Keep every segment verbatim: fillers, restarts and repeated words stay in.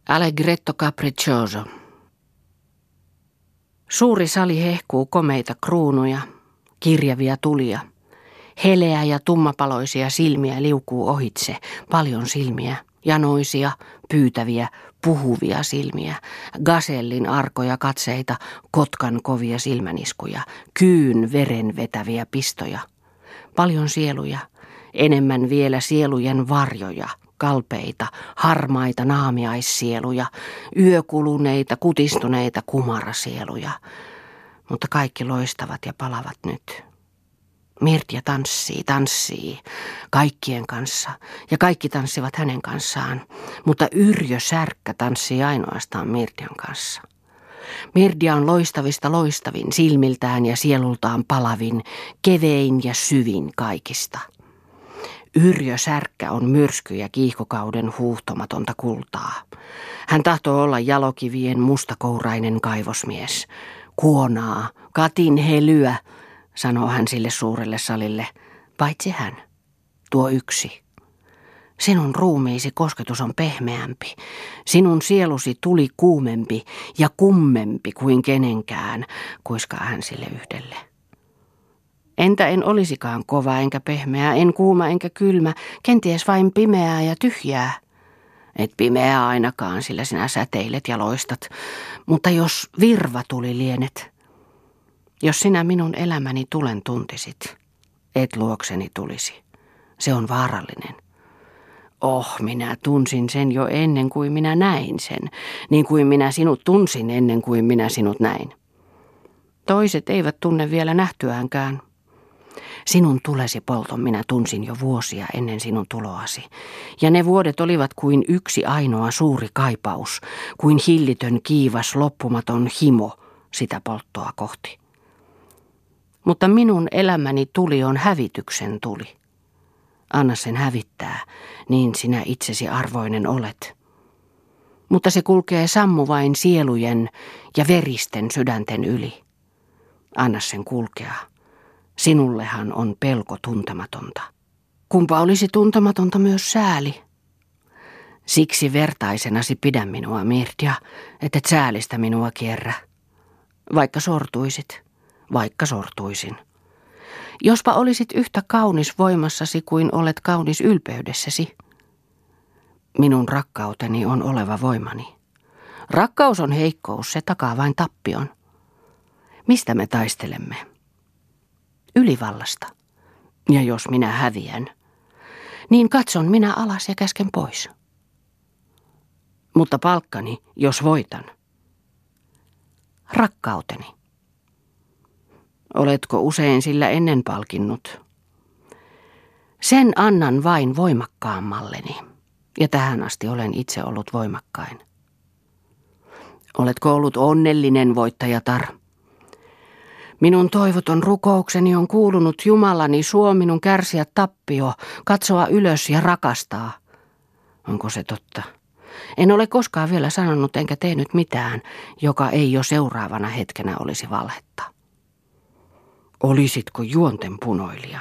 Allegretto capriccioso. Suuri sali hehkuu komeita kruunuja, kirjavia tulia. Heleä ja tummapaloisia silmiä liukuu ohitse, paljon silmiä, janoisia, pyytäviä, puhuvia silmiä, gasellin arkoja katseita, kotkan kovia silmäniskuja, kyyn veren vetäviä pistoja. Paljon sieluja, enemmän vielä sielujen varjoja, kalpeita, harmaita naamiaissieluja, yökuluneita, kutistuneita kumarasieluja. Mutta kaikki loistavat ja palavat nyt. Mirtja tanssii, tanssii, kaikkien kanssa, ja kaikki tanssivat hänen kanssaan, mutta Yrjö Särkkä tanssii ainoastaan Mirtjan kanssa. Mirtja on loistavista loistavin, silmiltään ja sielultaan palavin, kevein ja syvin kaikista. Yrjö Särkkä on myrsky ja kiihkokauden huuhtomatonta kultaa. Hän tahtoo olla jalokivien mustakourainen kaivosmies. Kuonaa, katin helyä, sanoo hän sille suurelle salille, paitsi hän, tuo yksi. Sinun ruumiisi kosketus on pehmeämpi, sinun sielusi tuli kuumempi ja kummempi kuin kenenkään, kuiskaa hän sille yhdelle. Entä en olisikaan kova enkä pehmeä, en kuuma enkä kylmä, kenties vain pimeää ja tyhjää. Et pimeää ainakaan, sillä sinä säteilet ja loistat, mutta jos virva tuli lienet, jos sinä minun elämäni tulen tuntisit, et luokseni tulisi. Se on vaarallinen. Oh, minä tunsin sen jo ennen kuin minä näin sen, niin kuin minä sinut tunsin ennen kuin minä sinut näin. Toiset eivät tunne vielä nähtyäänkään. Sinun tulesi polton minä tunsin jo vuosia ennen sinun tuloasi, ja ne vuodet olivat kuin yksi ainoa suuri kaipaus, kuin hillitön kiivas loppumaton himo sitä polttoa kohti. Mutta minun elämäni tuli on hävityksen tuli. Anna sen hävittää, niin sinä itsesi arvoinen olet. Mutta se kulkee sammuvain sielujen ja veristen sydänten yli. Anna sen kulkea. Sinullehan on pelko tuntematonta. Kumpa olisi tuntematonta myös sääli? Siksi vertaisenasi pidä minua, Mirtja, et et säälistä minua kierrä. Vaikka sortuisit, vaikka sortuisin. Jospa olisit yhtä kaunis voimassasi kuin olet kaunis ylpeydessäsi. Minun rakkauteni on oleva voimani. Rakkaus on heikkous, se takaa vain tappion. Mistä me taistelemme? Ylivallasta. Ja jos minä häviän, niin katson minä alas ja käsken pois. Mutta palkkani, jos voitan. Rakkauteni. Oletko usein sillä ennen palkinnut? Sen annan vain voimakkaammalleni, ja tähän asti olen itse ollut voimakkain. Oletko ollut onnellinen, voittajatar? Minun toivoton rukoukseni on kuulunut Jumalani, suo minun kärsiä tappio, katsoa ylös ja rakastaa. Onko se totta? En ole koskaan vielä sanonut enkä tehnyt mitään, joka ei jo seuraavana hetkenä olisi valhetta. Olisitko juonten punoilija?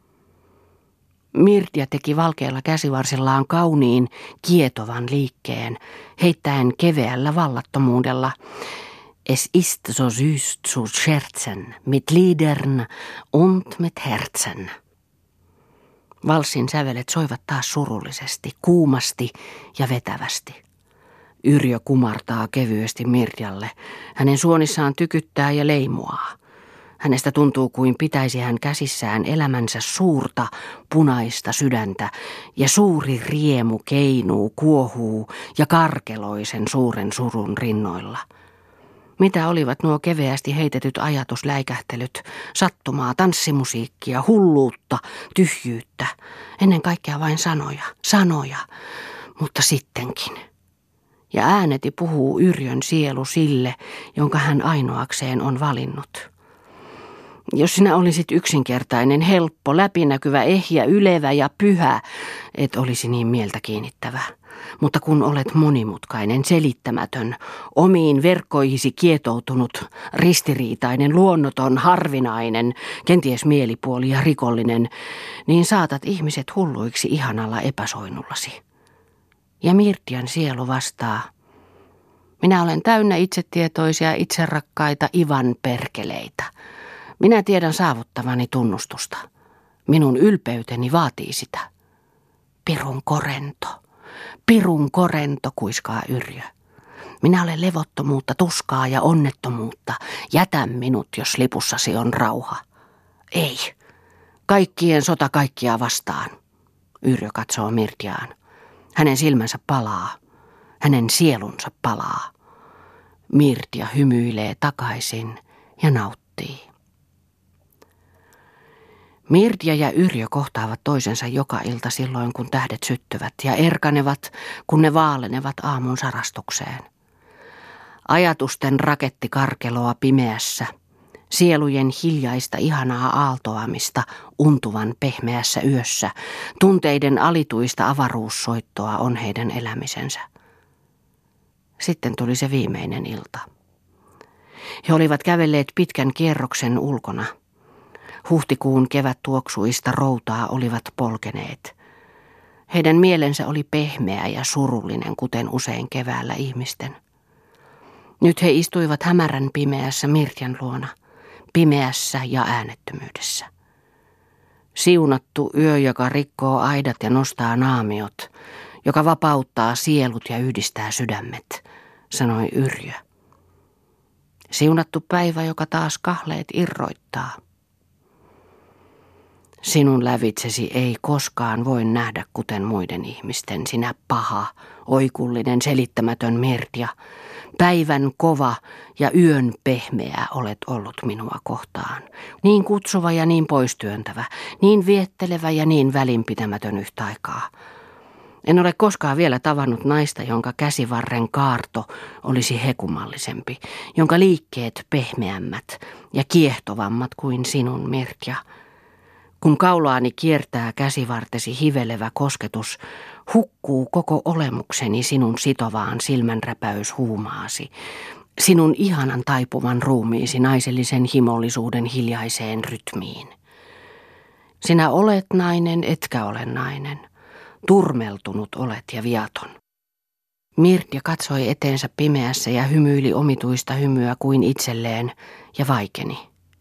Mirtja teki valkealla käsivarsillaan kauniin, kietovan liikkeen, heittäen keveällä vallattomuudella. Es ist so süß zu scherzen, mit Liedern und mit Herzen. Valssin sävelet soivat taas surullisesti, kuumasti ja vetävästi. Yrjö kumartaa kevyesti Mirtjalle. Hänen suonissaan tykyttää ja leimuaa. Hänestä tuntuu kuin pitäisi hän käsissään elämänsä suurta, punaista sydäntä, ja suuri riemu keinuu, kuohuu ja karkeloi sen suuren surun rinnoilla. Mitä olivat nuo keveästi heitetyt ajatusläikähtelyt, sattumaa, tanssimusiikkia, hulluutta, tyhjyyttä, ennen kaikkea vain sanoja, sanoja, mutta sittenkin. Ja ääneti puhuu Yrjön sielu sille, jonka hän ainoakseen on valinnut. Jos sinä olisit yksinkertainen, helppo, läpinäkyvä, ehjä, ylevä ja pyhä, et olisi niin mieltä kiinnittävä. Mutta kun olet monimutkainen, selittämätön, omiin verkkoihisi kietoutunut, ristiriitainen, luonnoton, harvinainen, kenties mielipuoli ja rikollinen, niin saatat ihmiset hulluiksi ihanalla epäsoinnullasi. Ja Mirtjan sielu vastaa, Minä olen täynnä itsetietoisia, itserakkaita Ivan perkeleitä. Minä tiedän saavuttavani tunnustusta. Minun ylpeyteni vaatii sitä. Pirun korento, pirun korento, kuiskaa Yrjö. Minä olen levottomuutta, tuskaa ja onnettomuutta. Jätä minut, jos lipussasi on rauha. Ei. Kaikkien sota kaikkia vastaan. Yrjö katsoo Mirtiaan. Hänen silmänsä palaa. Hänen sielunsa palaa. Mirtia hymyilee takaisin ja nauttii. Mirtia ja Yrjö kohtaavat toisensa joka ilta silloin, kun tähdet syttyvät ja erkanevat, kun ne vaalenevat aamun sarastukseen. Ajatusten raketti karkeloa pimeässä, sielujen hiljaista ihanaa aaltoamista untuvan pehmeässä yössä, tunteiden alituista avaruussoittoa on heidän elämisensä. Sitten tuli se viimeinen ilta. He olivat kävelleet pitkän kierroksen ulkona. Huhtikuun kevättuoksuista routaa olivat polkeneet. Heidän mielensä oli pehmeä ja surullinen, kuten usein keväällä ihmisten. Nyt he istuivat hämärän pimeässä Mirtian luona, pimeässä ja äänettömyydessä. Siunattu yö, joka rikkoo aidat ja nostaa naamiot, joka vapauttaa sielut ja yhdistää sydämet, sanoi Yrjö. Siunattu päivä, joka taas kahleet irroittaa. Sinun lävitsesi ei koskaan voi nähdä kuten muiden ihmisten, sinä paha, oikullinen, selittämätön Mirtia. Päivän kova ja yön pehmeä olet ollut minua kohtaan. Niin kutsuva ja niin poistyöntävä, niin viettelevä ja niin välinpitämätön yhtä aikaa. En ole koskaan vielä tavannut naista, jonka käsivarren kaarto olisi hekumallisempi, jonka liikkeet pehmeämmät ja kiehtovammat kuin sinun, Mirtia. Kun kaulaani kiertää käsivartesi hivelevä kosketus, hukkuu koko olemukseni sinun sitovaan silmänräpäyshuumaasi, sinun ihanan taipuvan ruumiisi naisellisen himollisuuden hiljaiseen rytmiin. Sinä olet nainen, etkä ole nainen. Turmeltunut olet ja viaton. Mirtia katsoi eteensä pimeässä ja hymyili omituista hymyä kuin itselleen ja vaikeni.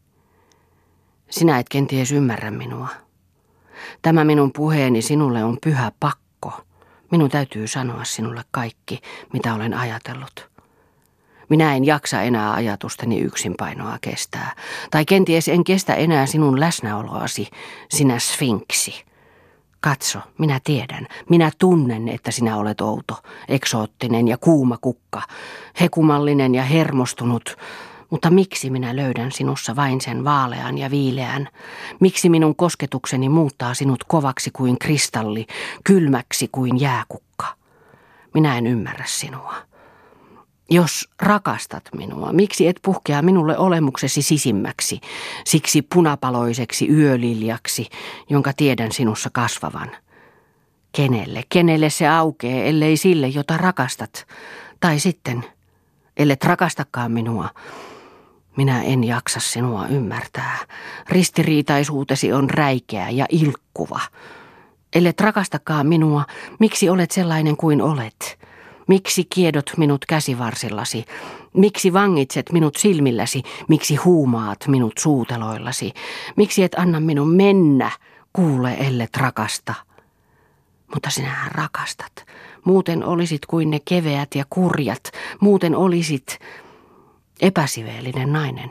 Sinä et kenties ymmärrä minua. Tämä minun puheeni sinulle on pyhä pakko. Minun täytyy sanoa sinulle kaikki, mitä olen ajatellut. Minä en jaksa enää ajatusteni yksinpainoa kestää. Tai kenties en kestä enää sinun läsnäoloasi, sinä sfinksi. Katso, minä tiedän, minä tunnen, että sinä olet outo, eksoottinen ja kuuma kukka, hekumallinen ja hermostunut. Mutta miksi minä löydän sinussa vain sen vaalean ja viileän? Miksi minun kosketukseni muuttaa sinut kovaksi kuin kristalli, kylmäksi kuin jääkukka? Minä en ymmärrä sinua. Jos rakastat minua, miksi et puhkea minulle olemuksesi sisimmäksi, siksi punapaloiseksi yöliljaksi, jonka tiedän sinussa kasvavan? Kenelle, kenelle se aukee, ellei sille, jota rakastat? Tai sitten, ellet rakastakaan minua, minä en jaksa sinua ymmärtää. Ristiriitaisuutesi on räikeä ja ilkkuva. Ellet rakastakaan minua, miksi olet sellainen kuin olet? Miksi kiedot minut käsivarsillasi? Miksi vangitset minut silmilläsi? Miksi huumaat minut suuteloillasi? Miksi et anna minun mennä? Kuule, ellet rakasta. Mutta sinähän rakastat. Muuten olisit kuin ne keveät ja kurjat. Muuten olisit epäsiveellinen nainen.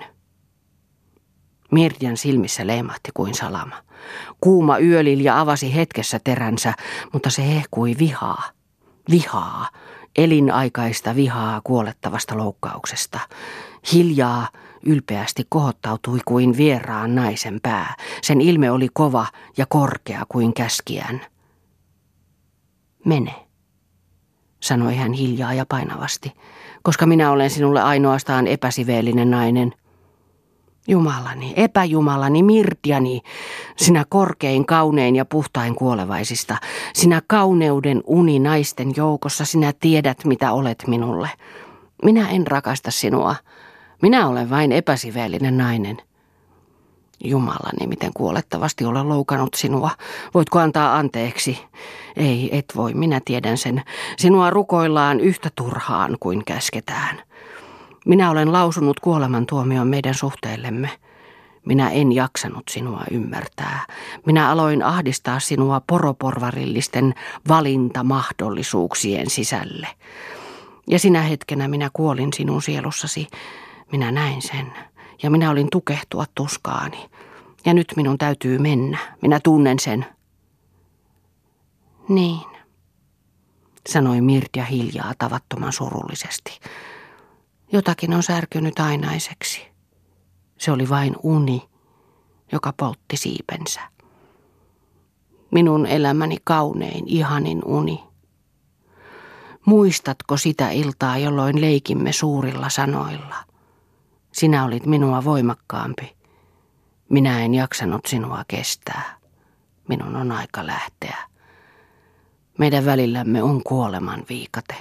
Mirtian silmissä leimahti kuin salama. Kuuma yölilja avasi hetkessä teränsä, mutta se hehkui vihaa. Vihaa. Elinaikaista vihaa kuolettavasta loukkauksesta. Hiljaa ylpeästi kohottautui kuin vieraan naisen pää. Sen ilme oli kova ja korkea kuin käskijän. Mene, sanoi hän hiljaa ja painavasti, koska minä olen sinulle ainoastaan epäsiveellinen nainen. Jumalani, epäjumalani, Mirtiani, sinä korkein, kaunein ja puhtain kuolevaisista, sinä kauneuden uni naisten joukossa, sinä tiedät mitä olet minulle. Minä en rakasta sinua, minä olen vain epäsiveellinen nainen. Jumalani, miten kuolettavasti olen loukannut sinua. Voitko antaa anteeksi? Ei, et voi, minä tiedän sen. Sinua rukoillaan yhtä turhaan kuin käsketään. Minä olen lausunut kuolemantuomion meidän suhteellemme. Minä en jaksanut sinua ymmärtää. Minä aloin ahdistaa sinua poroporvarillisten valintamahdollisuuksien sisälle. Ja sinä hetkenä minä kuolin sinun sielussasi. Minä näin sen. Ja minä olin tukehtua tuskaani. Ja nyt minun täytyy mennä. Minä tunnen sen. Niin, sanoi Mirja hiljaa tavattoman surullisesti. Jotakin on särkynyt ainaiseksi. Se oli vain uni, joka poltti siipensä. Minun elämäni kaunein, ihanin uni. Muistatko sitä iltaa, jolloin leikimme suurilla sanoilla? Sinä olit minua voimakkaampi. Minä en jaksanut sinua kestää. Minun on aika lähteä. Meidän välillämme on kuoleman viikate.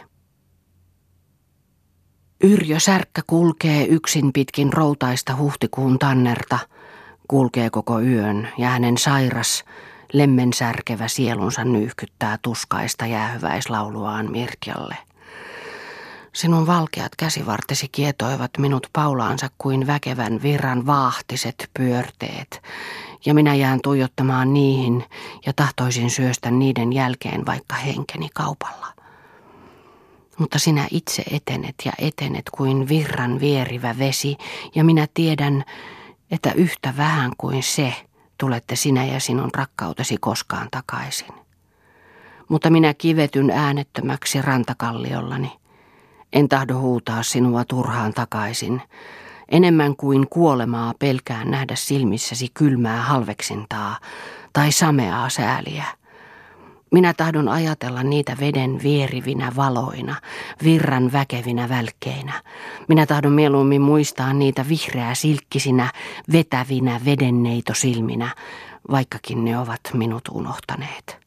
Yrjö Särkkä kulkee yksin pitkin routaista huhtikuun tannerta, kulkee koko yön ja hänen sairas, lemmensärkevä sielunsa nyyhkyttää tuskaista jäähyväislauluaan Mirtjalle. Sinun valkeat käsivartesi kietoivat minut paulaansa kuin väkevän virran vaahtiset pyörteet, ja minä jään tuijottamaan niihin ja tahtoisin syöstä niiden jälkeen vaikka henkeni kaupalla. Mutta sinä itse etenet ja etenet kuin virran vierivä vesi, ja minä tiedän, että yhtä vähän kuin se tulette sinä ja sinun rakkautesi koskaan takaisin. Mutta minä kivetyn äänettömäksi rantakalliollani. En tahdo huutaa sinua turhaan takaisin. Enemmän kuin kuolemaa pelkään nähdä silmissäsi kylmää halveksintaa tai sameaa sääliä. Minä tahdon ajatella niitä veden vierivinä valoina, virran väkevinä välkkeinä. Minä tahdon mieluummin muistaa niitä vihreää silkkisinä, vetävinä vedenneitosilminä, vaikkakin ne ovat minut unohtaneet.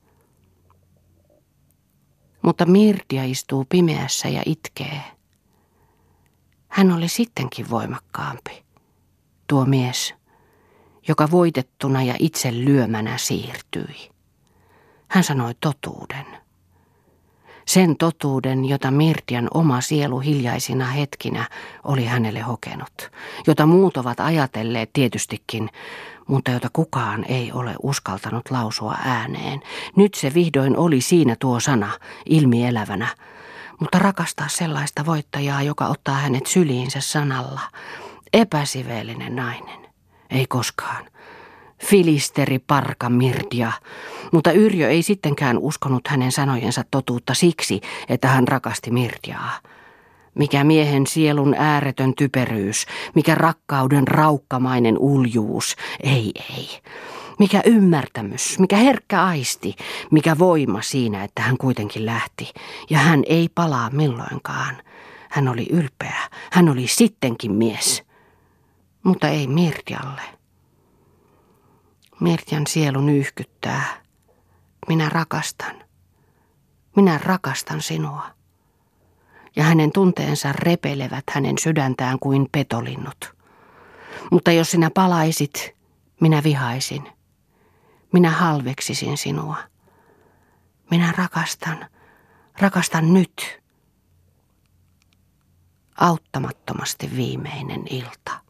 Mutta Mirja istuu pimeässä ja itkee. Hän oli sittenkin voimakkaampi, tuo mies, joka voitettuna ja itse lyömänä siirtyi. Hän sanoi totuuden. Sen totuuden, jota Mirjan oma sielu hiljaisina hetkinä oli hänelle hokenut, jota muut ovat ajatelleet tietystikin, mutta jota kukaan ei ole uskaltanut lausua ääneen. Nyt se vihdoin oli siinä tuo sana, ilmielävänä, mutta rakastaa sellaista voittajaa, joka ottaa hänet syliinsä sanalla. Epäsiveellinen nainen, ei koskaan. Filisteri parka Mirja, mutta Yrjö ei sittenkään uskonut hänen sanojensa totuutta siksi, että hän rakasti Mirjaa. Mikä miehen sielun ääretön typeryys, mikä rakkauden raukkamainen uljuus, ei ei. Mikä ymmärtämys, mikä herkkä aisti, mikä voima siinä, että hän kuitenkin lähti. Ja hän ei palaa milloinkaan. Hän oli ylpeä, hän oli sittenkin mies, mutta ei Mirjalle. Mirjan sielu nyyhkyttää. Minä rakastan. Minä rakastan sinua. Ja hänen tunteensa repelevät hänen sydäntään kuin petolinnut. Mutta jos sinä palaisit, minä vihaisin. Minä halveksisin sinua. Minä rakastan. Rakastan nyt. Auttamattomasti viimeinen ilta.